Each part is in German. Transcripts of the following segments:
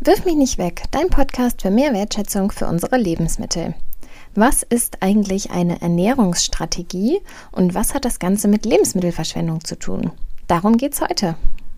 Wirf mich nicht weg, dein Podcast für mehr Wertschätzung für unsere Lebensmittel. Was ist eigentlich eine Ernährungsstrategie und was hat das Ganze mit Lebensmittelverschwendung zu tun? Darum geht's heute.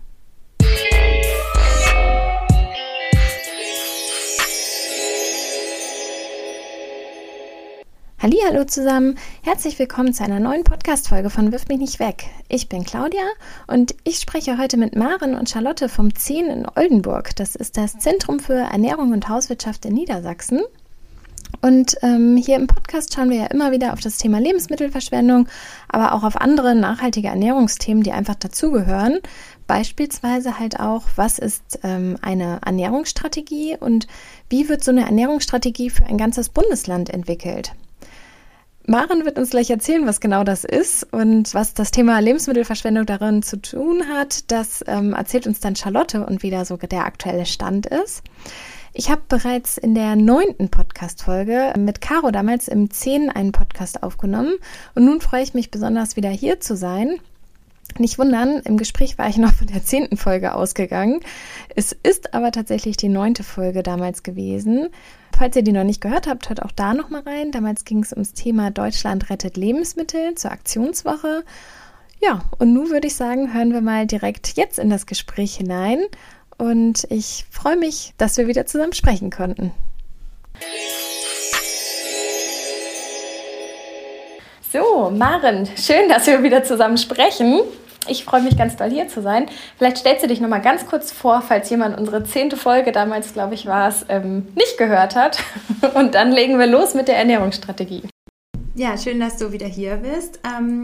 Hallo zusammen, herzlich willkommen zu einer neuen Podcast-Folge von Wirf mich nicht weg. Ich bin Claudia und ich spreche heute mit Maren und Charlotte vom 10 in Oldenburg. Das ist das Zentrum für Ernährung und Hauswirtschaft in Niedersachsen. Und hier im Podcast schauen wir ja immer wieder auf das Thema Lebensmittelverschwendung, aber auch auf andere nachhaltige Ernährungsthemen, die einfach dazugehören. Beispielsweise halt auch, was ist eine Ernährungsstrategie und wie wird so eine Ernährungsstrategie für ein ganzes Bundesland entwickelt? Maren wird uns gleich erzählen, was genau das ist und was das Thema Lebensmittelverschwendung darin zu tun hat. Das erzählt uns dann Charlotte und wie da so der aktuelle Stand ist. Ich habe bereits in der 9. Podcast-Folge mit Caro damals im 10 einen Podcast aufgenommen und nun freue ich mich besonders wieder hier zu sein. Nicht wundern, im Gespräch war ich noch von der 10. Folge ausgegangen. Es ist aber tatsächlich die 9. Folge damals gewesen. Falls ihr die noch nicht gehört habt, hört auch da nochmal rein. Damals ging es ums Thema Deutschland rettet Lebensmittel zur Aktionswoche. Ja, und nun würde ich sagen, hören wir mal direkt jetzt in das Gespräch hinein. Und ich freue mich, dass wir wieder zusammen sprechen konnten. So, Maren, schön, dass wir wieder zusammen sprechen. Ich freue mich ganz doll, hier zu sein. Vielleicht stellst du dich noch mal ganz kurz vor, falls jemand unsere 10. Folge, damals glaube ich war es, nicht gehört hat. Und dann legen wir los mit der Ernährungsstrategie. Ja, schön, dass du wieder hier bist.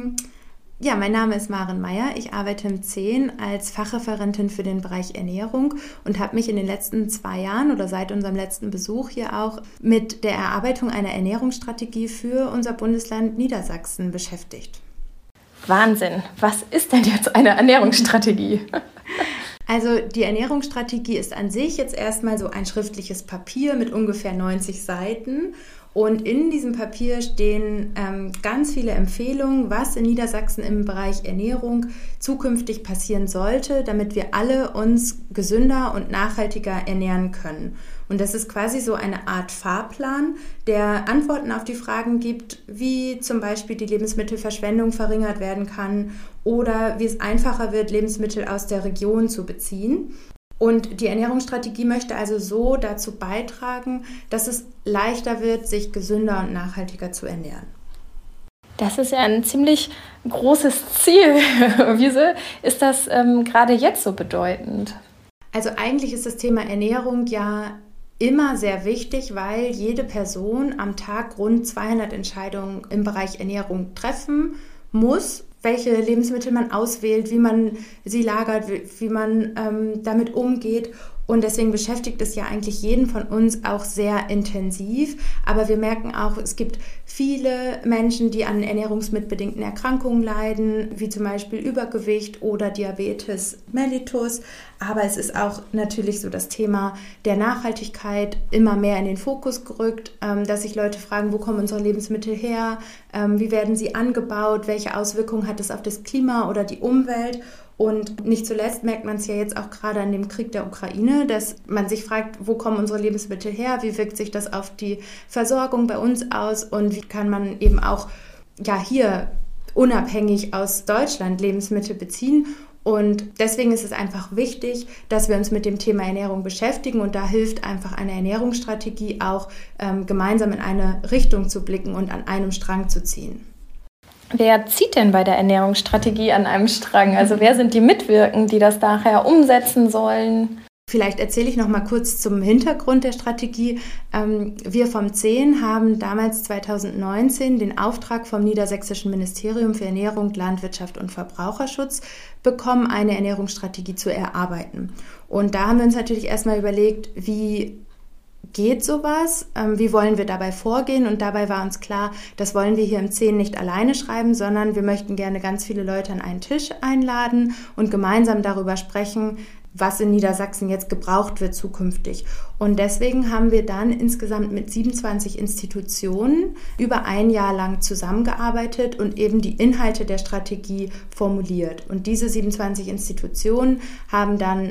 Mein Name ist Maren Meyer. Ich arbeite im 10 als Fachreferentin für den Bereich Ernährung und habe mich in den letzten 2 Jahren oder seit unserem letzten Besuch hier auch mit der Erarbeitung einer Ernährungsstrategie für unser Bundesland Niedersachsen beschäftigt. Wahnsinn! Was ist denn jetzt eine Ernährungsstrategie? Also die Ernährungsstrategie ist an sich jetzt erstmal so ein schriftliches Papier mit ungefähr 90 Seiten. Und in diesem Papier stehen ganz viele Empfehlungen, was in Niedersachsen im Bereich Ernährung zukünftig passieren sollte, damit wir alle uns gesünder und nachhaltiger ernähren können. Und das ist quasi so eine Art Fahrplan, der Antworten auf die Fragen gibt, wie zum Beispiel die Lebensmittelverschwendung verringert werden kann oder wie es einfacher wird, Lebensmittel aus der Region zu beziehen. Und die Ernährungsstrategie möchte also so dazu beitragen, dass es leichter wird, sich gesünder und nachhaltiger zu ernähren. Das ist ja ein ziemlich großes Ziel. Wieso ist das gerade jetzt so bedeutend? Also eigentlich ist das Thema Ernährung ja immer sehr wichtig, weil jede Person am Tag rund 200 Entscheidungen im Bereich Ernährung treffen muss, welche Lebensmittel man auswählt, wie man sie lagert, wie man damit umgeht. Und deswegen beschäftigt es ja eigentlich jeden von uns auch sehr intensiv. Aber wir merken auch, es gibt viele Menschen, die an ernährungsmitbedingten Erkrankungen leiden, wie zum Beispiel Übergewicht oder Diabetes mellitus. Aber es ist auch natürlich so das Thema der Nachhaltigkeit immer mehr in den Fokus gerückt, dass sich Leute fragen, wo kommen unsere Lebensmittel her, wie werden sie angebaut, welche Auswirkungen hat es auf das Klima oder die Umwelt. Und nicht zuletzt merkt man es ja jetzt auch gerade an dem Krieg der Ukraine, dass man sich fragt, wo kommen unsere Lebensmittel her, wie wirkt sich das auf die Versorgung bei uns aus und wie kann man eben auch hier unabhängig aus Deutschland Lebensmittel beziehen. Und deswegen ist es einfach wichtig, dass wir uns mit dem Thema Ernährung beschäftigen und da hilft einfach eine Ernährungsstrategie auch, gemeinsam in eine Richtung zu blicken und an einem Strang zu ziehen. Wer zieht denn bei der Ernährungsstrategie an einem Strang? Also wer sind die Mitwirkenden, die das nachher umsetzen sollen? Vielleicht erzähle ich noch mal kurz zum Hintergrund der Strategie. Wir vom 10 haben damals 2019 den Auftrag vom Niedersächsischen Ministerium für Ernährung, Landwirtschaft und Verbraucherschutz bekommen, eine Ernährungsstrategie zu erarbeiten. Und da haben wir uns natürlich erstmal überlegt, wie geht sowas? Wie wollen wir dabei vorgehen? Und dabei war uns klar, das wollen wir hier im 10 nicht alleine schreiben, sondern wir möchten gerne ganz viele Leute an einen Tisch einladen und gemeinsam darüber sprechen, was in Niedersachsen jetzt gebraucht wird zukünftig. Und deswegen haben wir dann insgesamt mit 27 Institutionen über ein Jahr lang zusammengearbeitet und eben die Inhalte der Strategie formuliert. Und diese 27 Institutionen haben dann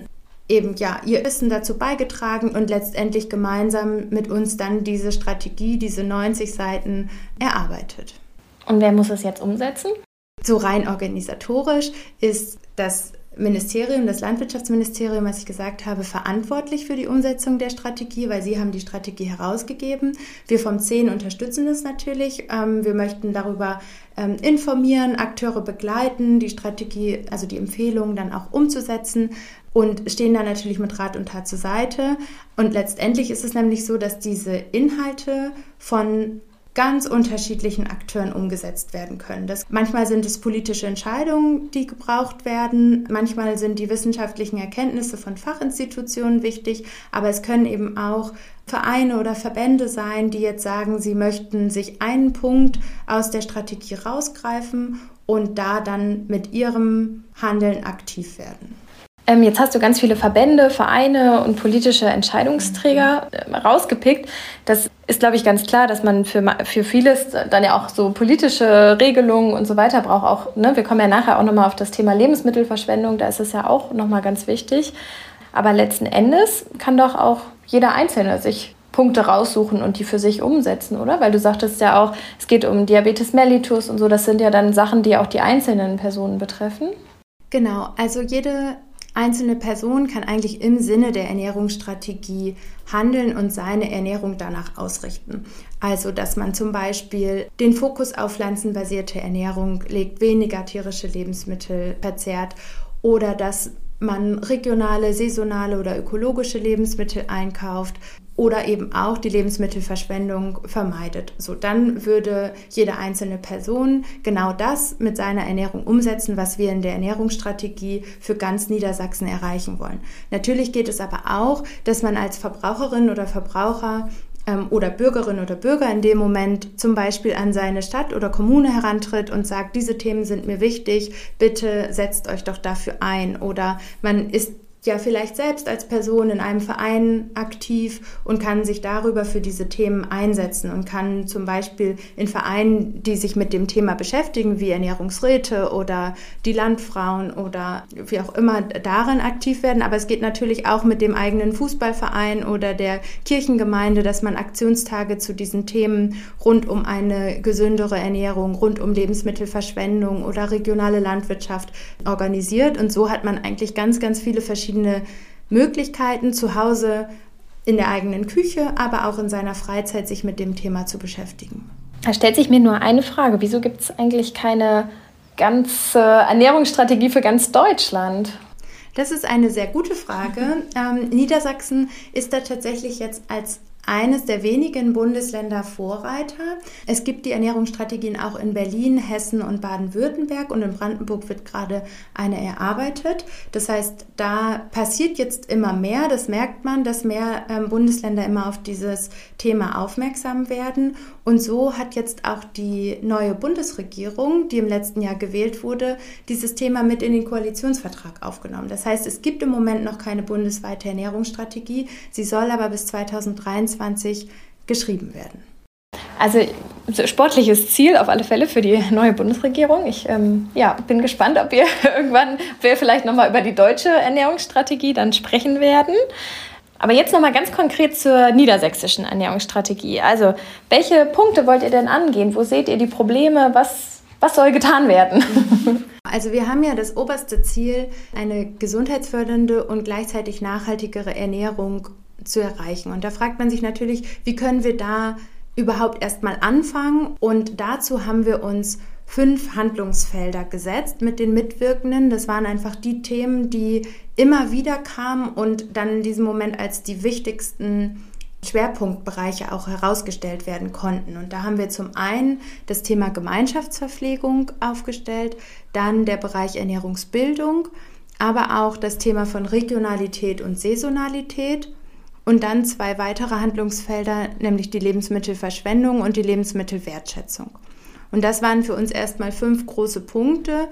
eben ihr Wissen dazu beigetragen und letztendlich gemeinsam mit uns dann diese Strategie, diese 90 Seiten erarbeitet. Und wer muss es jetzt umsetzen? So rein organisatorisch ist das Ministerium, das Landwirtschaftsministerium, was ich gesagt habe, verantwortlich für die Umsetzung der Strategie, weil sie haben die Strategie herausgegeben. Wir vom 10 unterstützen das natürlich. Wir möchten darüber informieren, Akteure begleiten, die Strategie, also die Empfehlungen dann auch umzusetzen und stehen da natürlich mit Rat und Tat zur Seite. Und letztendlich ist es nämlich so, dass diese Inhalte von ganz unterschiedlichen Akteuren umgesetzt werden können. Manchmal sind es politische Entscheidungen, die gebraucht werden, manchmal sind die wissenschaftlichen Erkenntnisse von Fachinstitutionen wichtig, aber es können eben auch Vereine oder Verbände sein, die jetzt sagen, sie möchten sich einen Punkt aus der Strategie rausgreifen und da dann mit ihrem Handeln aktiv werden. Jetzt hast du ganz viele Verbände, Vereine und politische Entscheidungsträger rausgepickt. Das ist, glaube ich, ganz klar, dass man für vieles dann ja auch so politische Regelungen und so weiter braucht. Auch, ne? Wir kommen ja nachher auch nochmal auf das Thema Lebensmittelverschwendung, da ist es ja auch nochmal ganz wichtig. Aber letzten Endes kann doch auch jeder Einzelne sich Punkte raussuchen und die für sich umsetzen, oder? Weil du sagtest ja auch, es geht um Diabetes mellitus und so, das sind ja dann Sachen, die auch die einzelnen Personen betreffen. Genau, also jede einzelne Person kann eigentlich im Sinne der Ernährungsstrategie handeln und seine Ernährung danach ausrichten. Also, dass man zum Beispiel den Fokus auf pflanzenbasierte Ernährung legt, weniger tierische Lebensmittel verzehrt oder dass man regionale, saisonale oder ökologische Lebensmittel einkauft oder eben auch die Lebensmittelverschwendung vermeidet. So, dann würde jede einzelne Person genau das mit seiner Ernährung umsetzen, was wir in der Ernährungsstrategie für ganz Niedersachsen erreichen wollen. Natürlich geht es aber auch, dass man als Verbraucherin oder Verbraucher oder Bürgerin oder Bürger in dem Moment zum Beispiel an seine Stadt oder Kommune herantritt und sagt, diese Themen sind mir wichtig, bitte setzt euch doch dafür ein. Oder man ist ja vielleicht selbst als Person in einem Verein aktiv und kann sich darüber für diese Themen einsetzen und kann zum Beispiel in Vereinen, die sich mit dem Thema beschäftigen, wie Ernährungsräte oder die Landfrauen oder wie auch immer, darin aktiv werden. Aber es geht natürlich auch mit dem eigenen Fußballverein oder der Kirchengemeinde, dass man Aktionstage zu diesen Themen rund um eine gesündere Ernährung, rund um Lebensmittelverschwendung oder regionale Landwirtschaft organisiert. Und so hat man eigentlich ganz, ganz viele verschiedene Möglichkeiten, zu Hause in der eigenen Küche, aber auch in seiner Freizeit sich mit dem Thema zu beschäftigen. Da stellt sich mir nur eine Frage. Wieso gibt es eigentlich keine ganze Ernährungsstrategie für ganz Deutschland? Das ist eine sehr gute Frage. Niedersachsen ist da tatsächlich jetzt als eines der wenigen Bundesländer Vorreiter. Es gibt die Ernährungsstrategien auch in Berlin, Hessen und Baden-Württemberg und in Brandenburg wird gerade eine erarbeitet. Das heißt, da passiert jetzt immer mehr, das merkt man, dass mehr Bundesländer immer auf dieses Thema aufmerksam werden. Und so hat jetzt auch die neue Bundesregierung, die im letzten Jahr gewählt wurde, dieses Thema mit in den Koalitionsvertrag aufgenommen. Das heißt, es gibt im Moment noch keine bundesweite Ernährungsstrategie, sie soll aber bis 2023 geschrieben werden. Also sportliches Ziel auf alle Fälle für die neue Bundesregierung. Ich bin gespannt, ob wir vielleicht nochmal über die deutsche Ernährungsstrategie dann sprechen werden. Aber jetzt nochmal ganz konkret zur niedersächsischen Ernährungsstrategie. Also welche Punkte wollt ihr denn angehen? Wo seht ihr die Probleme? Was soll getan werden? Also wir haben ja das oberste Ziel, eine gesundheitsfördernde und gleichzeitig nachhaltigere Ernährung zu erreichen. Und da fragt man sich natürlich, wie können wir da überhaupt erstmal anfangen? Und dazu haben wir uns 5 Handlungsfelder gesetzt mit den Mitwirkenden. Das waren einfach die Themen, die immer wieder kamen und dann in diesem Moment als die wichtigsten Schwerpunktbereiche auch herausgestellt werden konnten. Und da haben wir zum einen das Thema Gemeinschaftsverpflegung aufgestellt, dann der Bereich Ernährungsbildung, aber auch das Thema von Regionalität und Saisonalität. Und dann 2 weitere Handlungsfelder, nämlich die Lebensmittelverschwendung und die Lebensmittelwertschätzung. Und das waren für uns erstmal 5 große Punkte,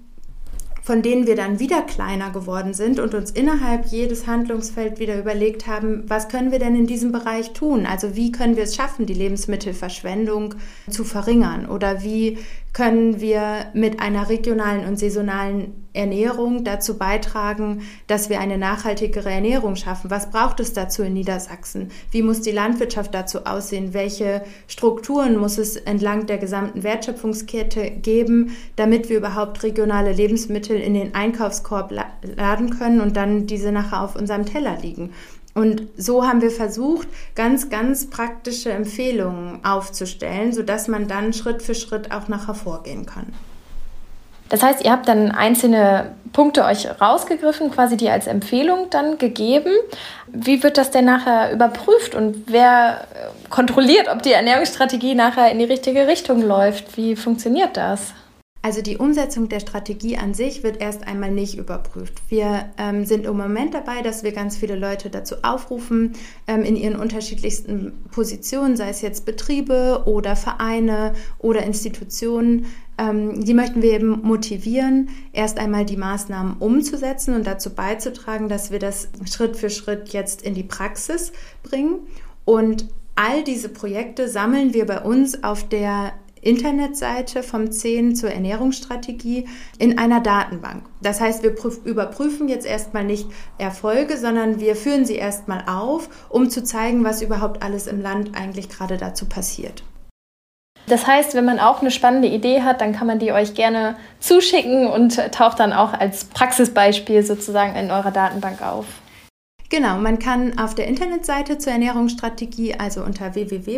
von denen wir dann wieder kleiner geworden sind und uns innerhalb jedes Handlungsfeld wieder überlegt haben, was können wir denn in diesem Bereich tun? Also wie können wir es schaffen, die Lebensmittelverschwendung zu verringern? Oder wie können wir mit einer regionalen und saisonalen Ernährung dazu beitragen, dass wir eine nachhaltigere Ernährung schaffen? Was braucht es dazu in Niedersachsen? Wie muss die Landwirtschaft dazu aussehen? Welche Strukturen muss es entlang der gesamten Wertschöpfungskette geben, damit wir überhaupt regionale Lebensmittel in den Einkaufskorb laden können und dann diese nachher auf unserem Teller liegen? Und so haben wir versucht, ganz, ganz praktische Empfehlungen aufzustellen, sodass man dann Schritt für Schritt auch nachher vorgehen kann. Das heißt, ihr habt dann einzelne Punkte euch rausgegriffen, quasi die als Empfehlung dann gegeben. Wie wird das denn nachher überprüft und wer kontrolliert, ob die Ernährungsstrategie nachher in die richtige Richtung läuft? Wie funktioniert das? Also die Umsetzung der Strategie an sich wird erst einmal nicht überprüft. Wir sind im Moment dabei, dass wir ganz viele Leute dazu aufrufen, in ihren unterschiedlichsten Positionen, sei es jetzt Betriebe oder Vereine oder Institutionen, die möchten wir eben motivieren, erst einmal die Maßnahmen umzusetzen und dazu beizutragen, dass wir das Schritt für Schritt jetzt in die Praxis bringen. Und all diese Projekte sammeln wir bei uns auf der Internetseite vom 10 zur Ernährungsstrategie in einer Datenbank. Das heißt, wir überprüfen jetzt erstmal nicht Erfolge, sondern wir führen sie erstmal auf, um zu zeigen, was überhaupt alles im Land eigentlich gerade dazu passiert. Das heißt, wenn man auch eine spannende Idee hat, dann kann man die euch gerne zuschicken und taucht dann auch als Praxisbeispiel sozusagen in eurer Datenbank auf. Genau, man kann auf der Internetseite zur Ernährungsstrategie, also unter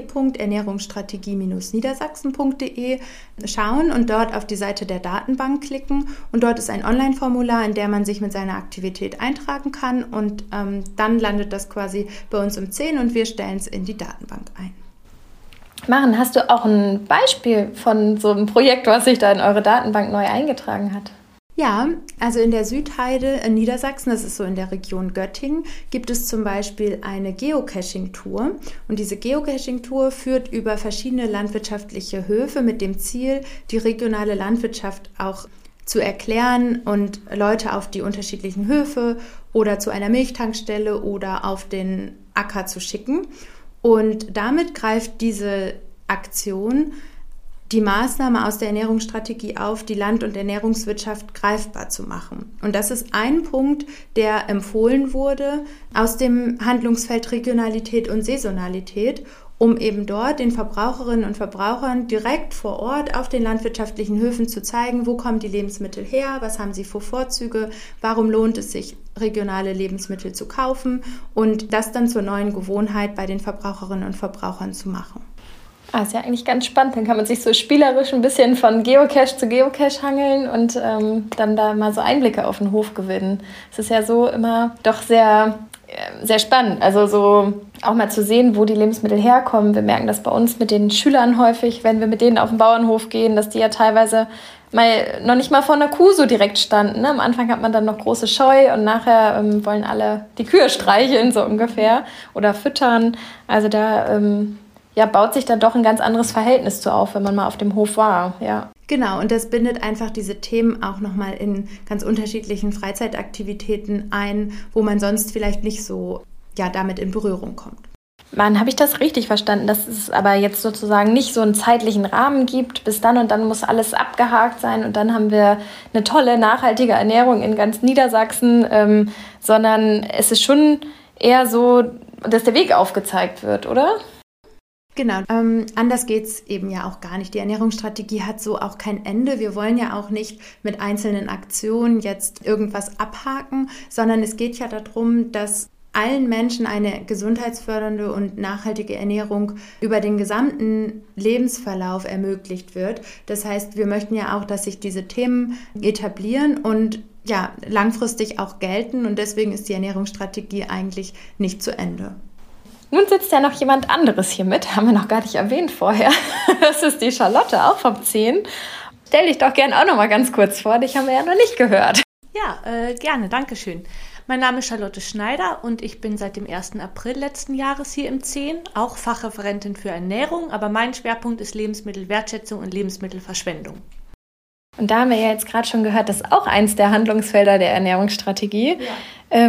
www.ernährungsstrategie-niedersachsen.de schauen und dort auf die Seite der Datenbank klicken. Und dort ist ein Online-Formular, in dem man sich mit seiner Aktivität eintragen kann. Und dann landet das quasi bei uns im 10 und wir stellen es in die Datenbank ein. Maren, hast du auch ein Beispiel von so einem Projekt, was sich da in eure Datenbank neu eingetragen hat? Ja, also in der Südheide in Niedersachsen, das ist so in der Region Göttingen, gibt es zum Beispiel eine Geocaching-Tour. Und diese Geocaching-Tour führt über verschiedene landwirtschaftliche Höfe mit dem Ziel, die regionale Landwirtschaft auch zu erklären und Leute auf die unterschiedlichen Höfe oder zu einer Milchtankstelle oder auf den Acker zu schicken. Und damit greift diese Aktion die Maßnahme aus der Ernährungsstrategie auf, die Land- und Ernährungswirtschaft greifbar zu machen. Und das ist ein Punkt, der empfohlen wurde aus dem Handlungsfeld Regionalität und Saisonalität, um eben dort den Verbraucherinnen und Verbrauchern direkt vor Ort auf den landwirtschaftlichen Höfen zu zeigen, wo kommen die Lebensmittel her, was haben sie für Vorzüge, warum lohnt es sich, regionale Lebensmittel zu kaufen und das dann zur neuen Gewohnheit bei den Verbraucherinnen und Verbrauchern zu machen. Ist ja eigentlich ganz spannend. Dann kann man sich so spielerisch ein bisschen von Geocache zu Geocache hangeln und dann da mal so Einblicke auf den Hof gewinnen. Es ist ja so immer doch sehr, sehr spannend. Also so auch mal zu sehen, wo die Lebensmittel herkommen. Wir merken das bei uns mit den Schülern häufig, wenn wir mit denen auf den Bauernhof gehen, dass die ja teilweise noch nicht mal vor einer Kuh so direkt standen. Ne? Am Anfang hat man dann noch große Scheu und nachher wollen alle die Kühe streicheln, so ungefähr, oder füttern. Also da baut sich dann doch ein ganz anderes Verhältnis zu auf, wenn man mal auf dem Hof war. Ja. Genau, und das bindet einfach diese Themen auch nochmal in ganz unterschiedlichen Freizeitaktivitäten ein, wo man sonst vielleicht nicht so damit in Berührung kommt. Mann, habe ich das richtig verstanden, dass es aber jetzt sozusagen nicht so einen zeitlichen Rahmen gibt, bis dann und dann muss alles abgehakt sein und dann haben wir eine tolle, nachhaltige Ernährung in ganz Niedersachsen, sondern es ist schon eher so, dass der Weg aufgezeigt wird, oder? Genau, anders geht's eben ja auch gar nicht. Die Ernährungsstrategie hat so auch kein Ende. Wir wollen ja auch nicht mit einzelnen Aktionen jetzt irgendwas abhaken, sondern es geht ja darum, dass allen Menschen eine gesundheitsfördernde und nachhaltige Ernährung über den gesamten Lebensverlauf ermöglicht wird. Das heißt, wir möchten ja auch, dass sich diese Themen etablieren und langfristig auch gelten und deswegen ist die Ernährungsstrategie eigentlich nicht zu Ende. Nun sitzt ja noch jemand anderes hier mit, haben wir noch gar nicht erwähnt vorher. Das ist die Charlotte, auch vom 10. Stell dich doch gerne auch noch mal ganz kurz vor, dich haben wir ja noch nicht gehört. Ja, gerne, danke schön. Mein Name ist Charlotte Schneider und ich bin seit dem 1. April letzten Jahres hier im 10, auch Fachreferentin für Ernährung, aber mein Schwerpunkt ist Lebensmittelwertschätzung und Lebensmittelverschwendung. Und da haben wir ja jetzt gerade schon gehört, das ist auch eins der Handlungsfelder der Ernährungsstrategie. Ja.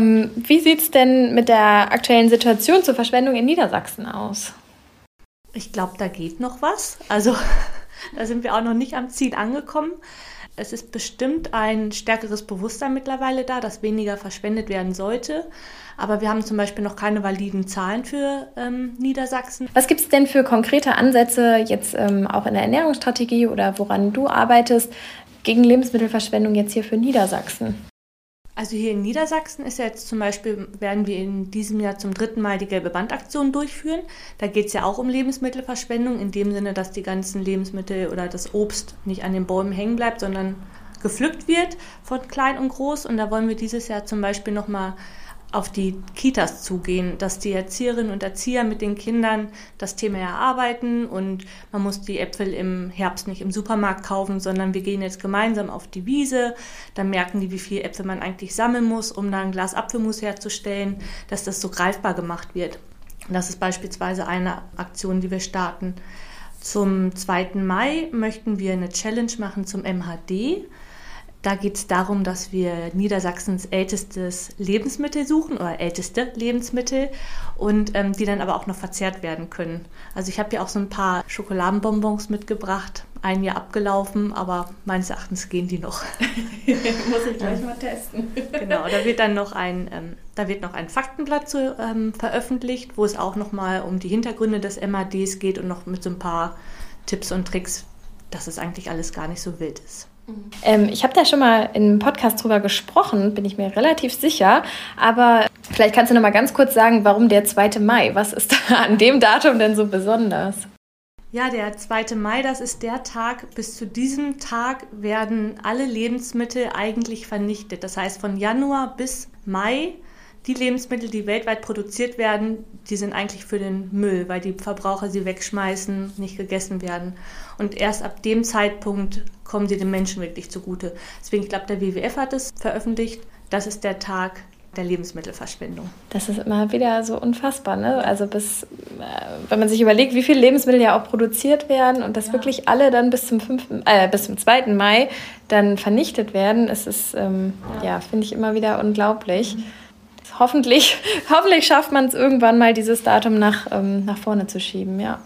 Wie sieht es denn mit der aktuellen Situation zur Verschwendung in Niedersachsen aus? Ich glaube, da geht noch was. Also da sind wir auch noch nicht am Ziel angekommen. Es ist bestimmt ein stärkeres Bewusstsein mittlerweile da, dass weniger verschwendet werden sollte. Aber wir haben zum Beispiel noch keine validen Zahlen für Niedersachsen. Was gibt es denn für konkrete Ansätze jetzt auch in der Ernährungsstrategie oder woran du arbeitest gegen Lebensmittelverschwendung jetzt hier für Niedersachsen? Also hier in Niedersachsen ist ja jetzt zum Beispiel, werden wir in diesem Jahr zum 3. Mal die Gelbe Bandaktion durchführen. Da geht es ja auch um Lebensmittelverschwendung, in dem Sinne, dass die ganzen Lebensmittel oder das Obst nicht an den Bäumen hängen bleibt, sondern gepflückt wird von klein und groß. Und da wollen wir dieses Jahr zum Beispiel nochmal auf die Kitas zugehen, dass die Erzieherinnen und Erzieher mit den Kindern das Thema erarbeiten und man muss die Äpfel im Herbst nicht im Supermarkt kaufen, sondern wir gehen jetzt gemeinsam auf die Wiese, dann merken die, wie viele Äpfel man eigentlich sammeln muss, um da ein Glas Apfelmus herzustellen, dass das so greifbar gemacht wird. Und das ist beispielsweise eine Aktion, die wir starten. Zum 2. Mai möchten wir eine Challenge machen zum MHD. Da geht es darum, dass wir Niedersachsens ältestes Lebensmittel suchen oder älteste Lebensmittel und die dann aber auch noch verzehrt werden können. Also ich habe hier auch so ein paar Schokoladenbonbons mitgebracht, ein Jahr abgelaufen, aber meines Erachtens gehen die noch. Muss ich gleich mal testen. Genau, da wird dann noch ein Faktenblatt veröffentlicht, wo es auch nochmal um die Hintergründe des MHDs geht und noch mit so ein paar Tipps und Tricks, dass es eigentlich alles gar nicht so wild ist. Ich habe da schon mal in einem Podcast drüber gesprochen, bin ich mir relativ sicher. Aber vielleicht kannst du noch mal ganz kurz sagen, warum der 2. Mai? Was ist da an dem Datum denn so besonders? Ja, der 2. Mai, das ist der Tag, bis zu diesem Tag werden alle Lebensmittel eigentlich vernichtet. Das heißt, von Januar bis Mai, die Lebensmittel, die weltweit produziert werden, die sind eigentlich für den Müll, weil die Verbraucher sie wegschmeißen, nicht gegessen werden. Und erst ab dem Zeitpunkt kommen sie den Menschen wirklich zugute. Deswegen, ich glaube, der WWF hat es veröffentlicht. Das ist der Tag der Lebensmittelverschwendung. Das ist immer wieder so unfassbar, ne? Also wenn man sich überlegt, wie viele Lebensmittel ja auch produziert werden und dass wirklich alle dann bis zum 2. Mai dann vernichtet werden, es ist, finde ich immer wieder unglaublich. Hoffentlich schafft man es irgendwann mal, dieses Datum nach vorne zu schieben, ja.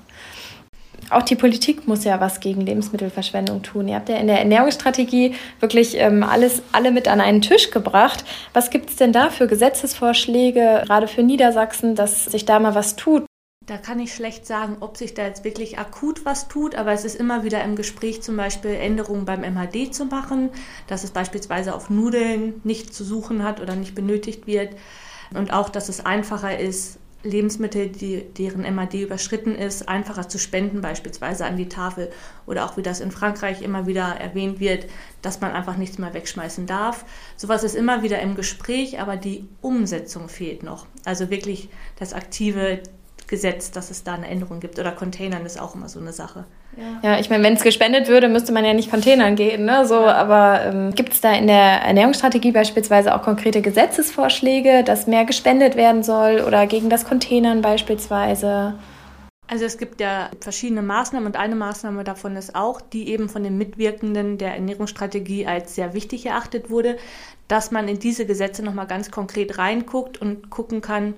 Auch die Politik muss ja was gegen Lebensmittelverschwendung tun. Ihr habt ja in der Ernährungsstrategie wirklich alle mit an einen Tisch gebracht. Was gibt es denn da für Gesetzesvorschläge, gerade für Niedersachsen, dass sich da mal was tut? Da kann ich schlecht sagen, ob sich da jetzt wirklich akut was tut, aber es ist immer wieder im Gespräch, zum Beispiel Änderungen beim MHD zu machen, dass es beispielsweise auf Nudeln nicht zu suchen hat oder nicht benötigt wird und auch, dass es einfacher ist, Lebensmittel, deren MHD überschritten ist, einfacher zu spenden, beispielsweise an die Tafel oder auch wie das in Frankreich immer wieder erwähnt wird, dass man einfach nichts mehr wegschmeißen darf. Sowas ist immer wieder im Gespräch, aber die Umsetzung fehlt noch. Also wirklich das aktive Gesetz, dass es da eine Änderung gibt. Oder Containern ist auch immer so eine Sache. Ja, ich meine, wenn es gespendet würde, müsste man ja nicht Containern gehen, ne? So, aber gibt es da in der Ernährungsstrategie beispielsweise auch konkrete Gesetzesvorschläge, dass mehr gespendet werden soll oder gegen das Containern beispielsweise? Also es gibt ja verschiedene Maßnahmen und eine Maßnahme davon ist auch, die eben von den Mitwirkenden der Ernährungsstrategie als sehr wichtig erachtet wurde, dass man in diese Gesetze nochmal ganz konkret reinguckt und gucken kann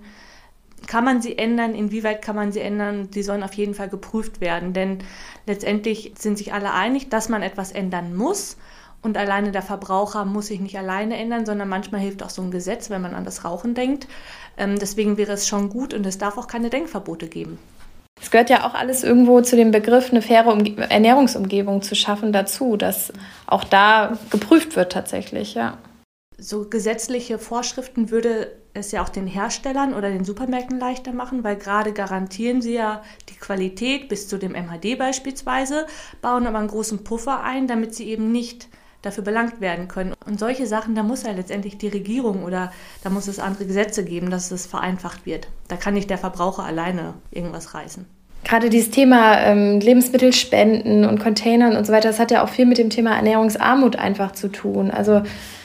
man sie ändern, inwieweit kann man sie ändern, die sollen auf jeden Fall geprüft werden, denn letztendlich sind sich alle einig, dass man etwas ändern muss und alleine der Verbraucher muss sich nicht alleine ändern, sondern manchmal hilft auch so ein Gesetz, wenn man an das Rauchen denkt. Deswegen wäre es schon gut und es darf auch keine Denkverbote geben. Es gehört ja auch alles irgendwo zu dem Begriff, eine faire Ernährungsumgebung zu schaffen dazu, dass auch da geprüft wird tatsächlich, ja. So gesetzliche Vorschriften würde es ja auch den Herstellern oder den Supermärkten leichter machen, weil gerade garantieren sie ja die Qualität bis zu dem MHD beispielsweise, bauen aber einen großen Puffer ein, damit sie eben nicht dafür belangt werden können. Und solche Sachen, da muss ja letztendlich die Regierung oder da muss es andere Gesetze geben, dass es vereinfacht wird. Da kann nicht der Verbraucher alleine irgendwas reißen. Gerade dieses Thema Lebensmittelspenden und Containern und so weiter, das hat ja auch viel mit dem Thema Ernährungsarmut einfach zu tun. Also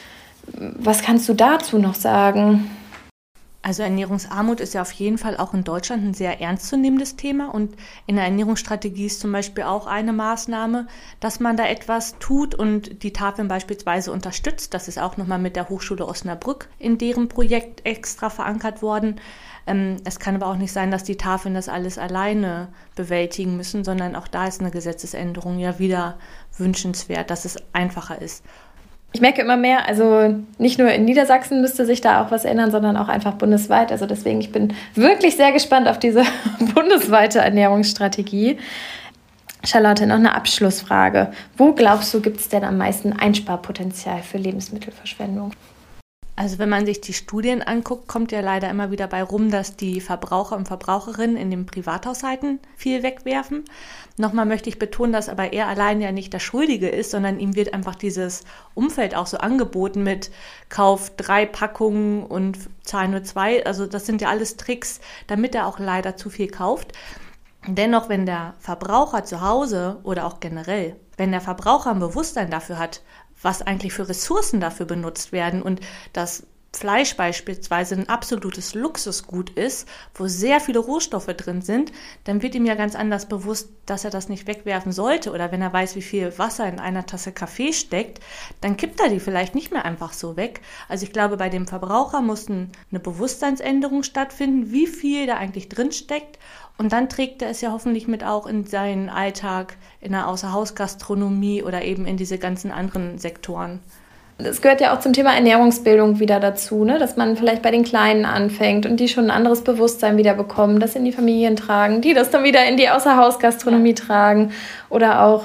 was kannst du dazu noch sagen? Also Ernährungsarmut ist ja auf jeden Fall auch in Deutschland ein sehr ernstzunehmendes Thema und in der Ernährungsstrategie ist zum Beispiel auch eine Maßnahme, dass man da etwas tut und die Tafeln beispielsweise unterstützt. Das ist auch nochmal mit der Hochschule Osnabrück in deren Projekt extra verankert worden. Es kann aber auch nicht sein, dass die Tafeln das alles alleine bewältigen müssen, sondern auch da ist eine Gesetzesänderung ja wieder wünschenswert, dass es einfacher ist. Ich merke immer mehr, also nicht nur in Niedersachsen müsste sich da auch was ändern, sondern auch einfach bundesweit. Also deswegen, ich bin wirklich sehr gespannt auf diese bundesweite Ernährungsstrategie. Charlotte, noch eine Abschlussfrage. Wo glaubst du, gibt es denn am meisten Einsparpotenzial für Lebensmittelverschwendung? Also wenn man sich die Studien anguckt, kommt ja leider immer wieder bei rum, dass die Verbraucher und Verbraucherinnen in den Privathaushalten viel wegwerfen. Nochmal möchte ich betonen, dass aber er allein ja nicht der Schuldige ist, sondern ihm wird einfach dieses Umfeld auch so angeboten mit Kauf 3 Packungen und zahl nur 2. Also das sind ja alles Tricks, damit er auch leider zu viel kauft. Dennoch, wenn der Verbraucher zu Hause oder auch generell, wenn der Verbraucher ein Bewusstsein dafür hat, was eigentlich für Ressourcen dafür benutzt werden und dass Fleisch beispielsweise ein absolutes Luxusgut ist, wo sehr viele Rohstoffe drin sind, dann wird ihm ja ganz anders bewusst, dass er das nicht wegwerfen sollte. Oder wenn er weiß, wie viel Wasser in einer Tasse Kaffee steckt, dann kippt er die vielleicht nicht mehr einfach so weg. Also ich glaube, bei dem Verbraucher muss eine Bewusstseinsänderung stattfinden, wie viel da eigentlich drin steckt. Und dann trägt er es ja hoffentlich mit auch in seinen Alltag, in der Außerhausgastronomie oder eben in diese ganzen anderen Sektoren. Es gehört ja auch zum Thema Ernährungsbildung wieder dazu, ne? Dass man vielleicht bei den Kleinen anfängt und die schon ein anderes Bewusstsein wieder bekommen, das in die Familien tragen, die das dann wieder in die Außerhausgastronomie tragen oder auch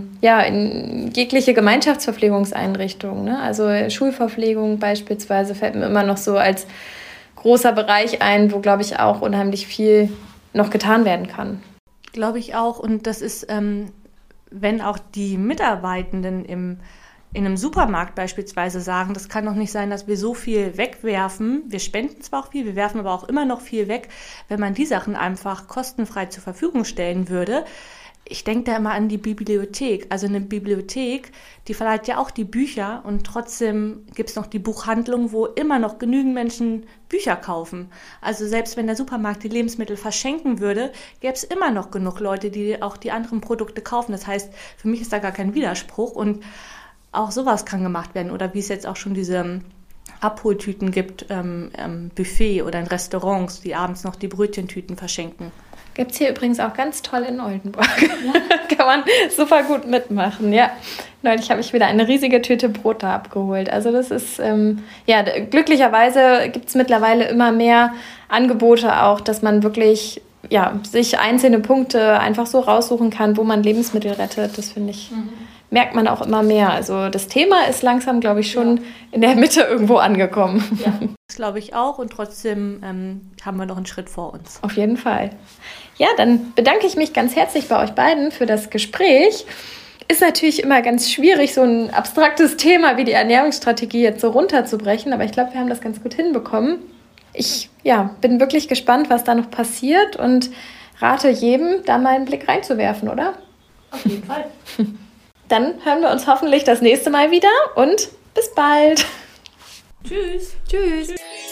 in jegliche Gemeinschaftsverpflegungseinrichtungen, ne? Also Schulverpflegung beispielsweise fällt mir immer noch so als großer Bereich ein, wo, glaube ich, auch unheimlich viel noch getan werden kann. Glaube ich auch. Und das ist, wenn auch die Mitarbeitenden in einem Supermarkt beispielsweise sagen, das kann doch nicht sein, dass wir so viel wegwerfen. Wir spenden zwar auch viel, wir werfen aber auch immer noch viel weg, wenn man die Sachen einfach kostenfrei zur Verfügung stellen würde. Ich denke da immer an die Bibliothek. Also eine Bibliothek, die verleiht ja auch die Bücher und trotzdem gibt es noch die Buchhandlung, wo immer noch genügend Menschen Bücher kaufen. Also selbst wenn der Supermarkt die Lebensmittel verschenken würde, gäbe es immer noch genug Leute, die auch die anderen Produkte kaufen. Das heißt, für mich ist da gar kein Widerspruch und auch sowas kann gemacht werden. Oder wie es jetzt auch schon diese Abholtüten gibt im Buffet oder in Restaurants, die abends noch die Brötchentüten verschenken. Gibt es hier übrigens auch ganz toll in Oldenburg. Ja. Kann man super gut mitmachen, ja. Neulich habe ich wieder eine riesige Tüte Brot da abgeholt. Also das ist, glücklicherweise gibt es mittlerweile immer mehr Angebote auch, dass man wirklich sich einzelne Punkte einfach so raussuchen kann, wo man Lebensmittel rettet. Das finde ich, merkt man auch immer mehr. Also das Thema ist langsam, glaube ich, schon in der Mitte irgendwo angekommen. Ja, das glaube ich auch und trotzdem haben wir noch einen Schritt vor uns. Auf jeden Fall. Ja, dann bedanke ich mich ganz herzlich bei euch beiden für das Gespräch. Ist natürlich immer ganz schwierig, so ein abstraktes Thema wie die Ernährungsstrategie jetzt so runterzubrechen, aber ich glaube, wir haben das ganz gut hinbekommen. Ich bin wirklich gespannt, was da noch passiert und rate jedem, da mal einen Blick reinzuwerfen, oder? Auf jeden Fall. Dann hören wir uns hoffentlich das nächste Mal wieder und bis bald. Tschüss. Tschüss.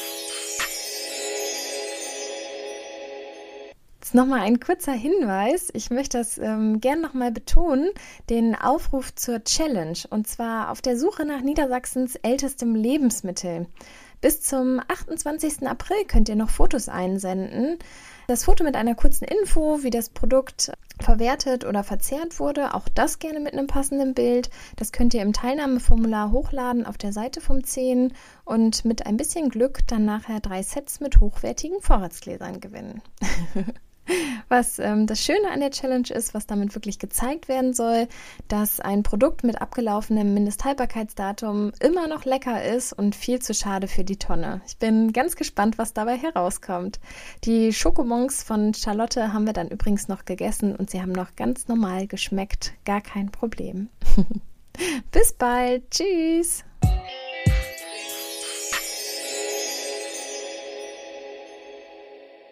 Jetzt nochmal ein kurzer Hinweis. Ich möchte das gern nochmal betonen, den Aufruf zur Challenge. Und zwar auf der Suche nach Niedersachsens ältestem Lebensmittel. Bis zum 28. April könnt ihr noch Fotos einsenden. Das Foto mit einer kurzen Info, wie das Produkt verwertet oder verzehrt wurde, auch das gerne mit einem passenden Bild. Das könnt ihr im Teilnahmeformular hochladen auf der Seite vom 10 und mit ein bisschen Glück dann nachher 3 Sets mit hochwertigen Vorratsgläsern gewinnen. Was das Schöne an der Challenge ist, was damit wirklich gezeigt werden soll, dass ein Produkt mit abgelaufenem Mindesthaltbarkeitsdatum immer noch lecker ist und viel zu schade für die Tonne. Ich bin ganz gespannt, was dabei herauskommt. Die Schokobons von Charlotte haben wir dann übrigens noch gegessen und sie haben noch ganz normal geschmeckt. Gar kein Problem. Bis bald. Tschüss.